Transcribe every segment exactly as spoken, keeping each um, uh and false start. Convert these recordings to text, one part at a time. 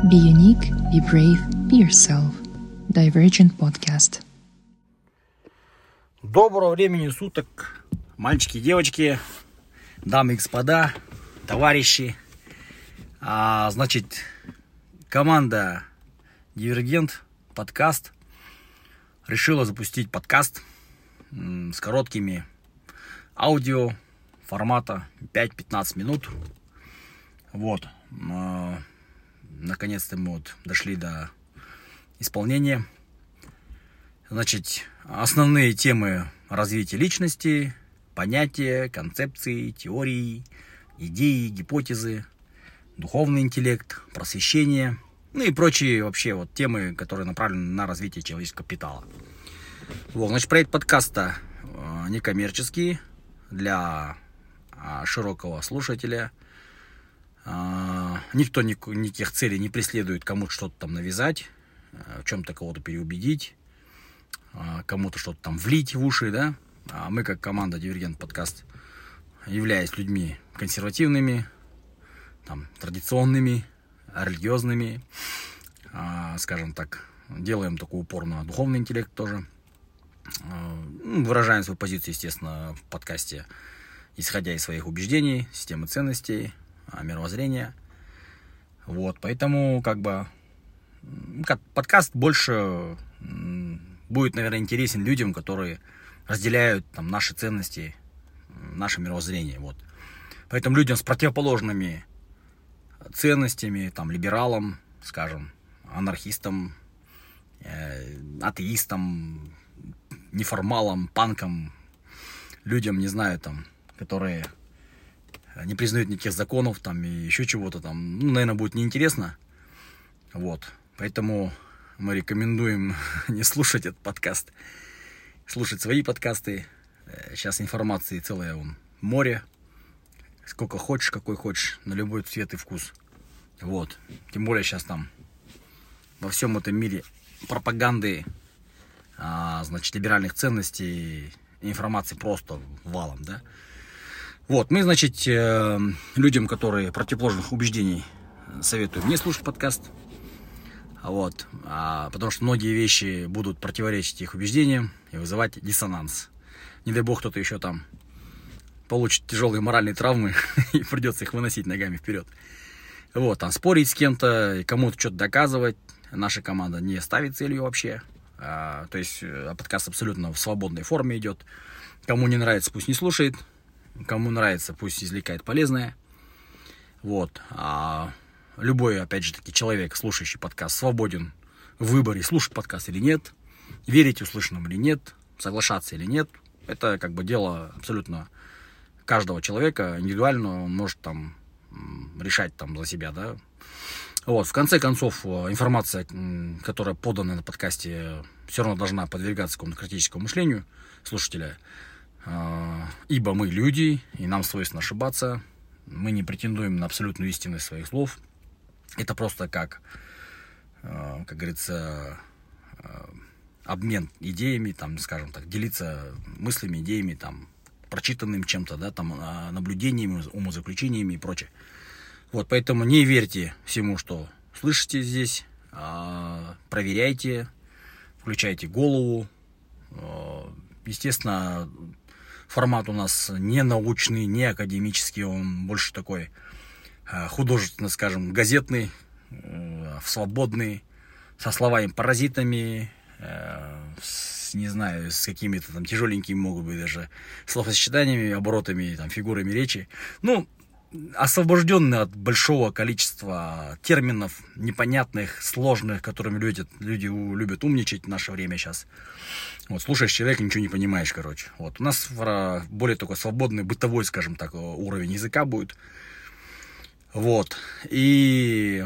Be unique, be brave, be yourself. Divergent Podcast. Доброго времени суток, мальчики и девочки, дамы и господа, товарищи. А, значит, команда Divergent Podcast решила запустить подкаст м, с короткими аудио формата пять-пятнадцать минут. Вот. А, наконец-то мы вот дошли до исполнения. Значит, основные темы развития личности, понятия, концепции, теории, идеи, гипотезы, духовный интеллект, просвещение, ну и прочие вообще вот темы, которые направлены на развитие человеческого капитала. Вот, значит, проект подкаста э, некоммерческий, для э, широкого слушателя. Э, никто ни, никаких целей не преследует кому-то что-то там навязать, э, в чем-то кого-то переубедить, э, кому-то что-то там влить в уши, да. А мы, как команда Divergent Podcast, являясь людьми консервативными, там, традиционными, религиозными, э, скажем так, делаем такой упор на духовный интеллект тоже. Э, выражаем свою позицию, естественно, в подкасте, исходя из своих убеждений, системы ценностей, мировоззрения. Вот, поэтому, как бы, подкаст больше будет, наверное, интересен людям, которые разделяют там наши ценности, наше мировоззрение. Вот. Поэтому людям с противоположными ценностями, там, либералам, скажем, анархистам, э, атеистам, неформалам, панкам, людям, не знаю, там, которые не признают никаких законов, там, и еще чего-то там, ну, наверное, будет неинтересно. Вот. Поэтому мы рекомендуем не слушать этот подкаст, слушать свои подкасты. Сейчас информации целое вон, море. Сколько хочешь, какой хочешь, на любой цвет и вкус. Вот. Тем более сейчас там во всем этом мире пропаганды, а, значит, либеральных ценностей, информации просто валом, да. Вот, мы, значит, э, людям, которые противоположных убеждений, советуем не слушать подкаст. Вот, а, потому что многие вещи будут противоречить их убеждениям и вызывать диссонанс. Не дай бог кто-то еще там получит тяжелые моральные травмы и придется их выносить ногами вперед. Вот, там спорить с кем-то и кому-то что-то доказывать наша команда не ставит целью вообще. А, то есть подкаст абсолютно в свободной форме идет. Кому не нравится, пусть не слушает. Кому нравится, пусть извлекает полезное. Вот. А любой, опять же таки, человек, слушающий подкаст, свободен в выборе, слушать подкаст или нет, верить услышанному или нет, соглашаться или нет. Это как бы дело абсолютно каждого человека, индивидуально, он может там решать там за себя, да. Вот, в конце концов, информация, которая подана на подкасте, все равно должна подвергаться какому-то критическому мышлению слушателя, ибо мы люди, и нам свойственно ошибаться, мы не претендуем на абсолютную истинность своих слов. Это просто как, как говорится, обмен идеями, там, скажем так, делиться мыслями, идеями, там, прочитанным чем-то, да, там, наблюдениями, умозаключениями и прочее. Вот, поэтому не верьте всему, что слышите здесь, проверяйте, включайте голову. Естественно, формат у нас не научный, не академический, он больше такой художественно, скажем, газетный, свободный, со словами-паразитами, с, не знаю, с какими-то там тяжеленькими, могут быть даже словосочетаниями, оборотами, там, фигурами речи. Ну, освобожденный от большого количества терминов, непонятных, сложных, которыми люди, люди любят умничать в наше время сейчас. Вот, слушаешь человека, ничего не понимаешь, короче. Вот, у нас более такой свободный, бытовой, скажем так, уровень языка будет. Вот, и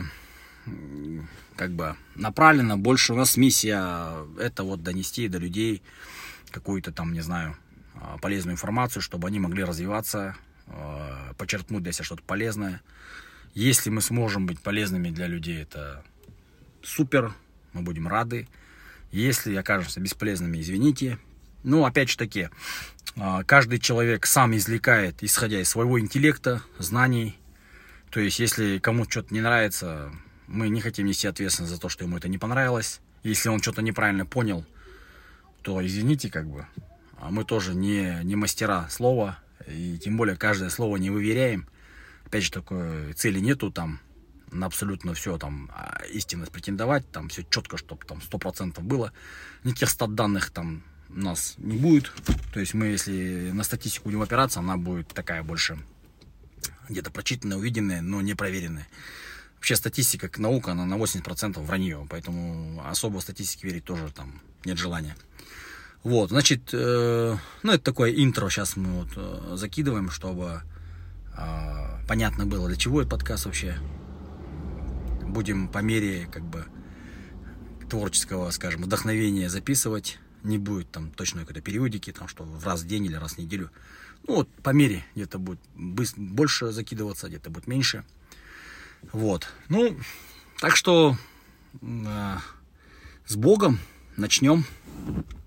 как бы направлено больше у нас миссия это вот донести до людей какую-то там, не знаю, полезную информацию, чтобы они могли развиваться, почерпнуть для себя что-то полезное. Если мы сможем быть полезными для людей, это супер, мы будем рады. Если окажемся бесполезными, извините. Ну, опять же таки, каждый человек сам извлекает, исходя из своего интеллекта, знаний. То есть, если кому-то что-то не нравится, Мы не хотим нести ответственность за то, что ему это не понравилось. Если он что-то неправильно понял, то извините, как бы. А мы тоже не, не мастера слова, и тем более каждое слово не выверяем. Опять же, такой цели нету там на абсолютно все там истинность претендовать, там все четко, чтобы там сто процентов было. Никаких стат данных там у нас не будет. То есть мы, если на статистику будем опираться, она будет такая больше где-то прочитанная, увиденная, но не проверенная. Вообще статистика, как наука, она на восемьдесят процентов вранье, поэтому особо статистике верить тоже там нет желания. Вот, значит, э, ну это такое интро сейчас мы вот э, закидываем, чтобы э, понятно было, для чего этот подкаст вообще. Будем по мере как бы творческого, скажем, вдохновения записывать. Не будет там точной какой-то периодики, там, что в раз в день или раз в неделю. Ну вот по мере где-то будет больше закидываться, где-то будет меньше. Вот. Ну, так что э, с Богом начнем.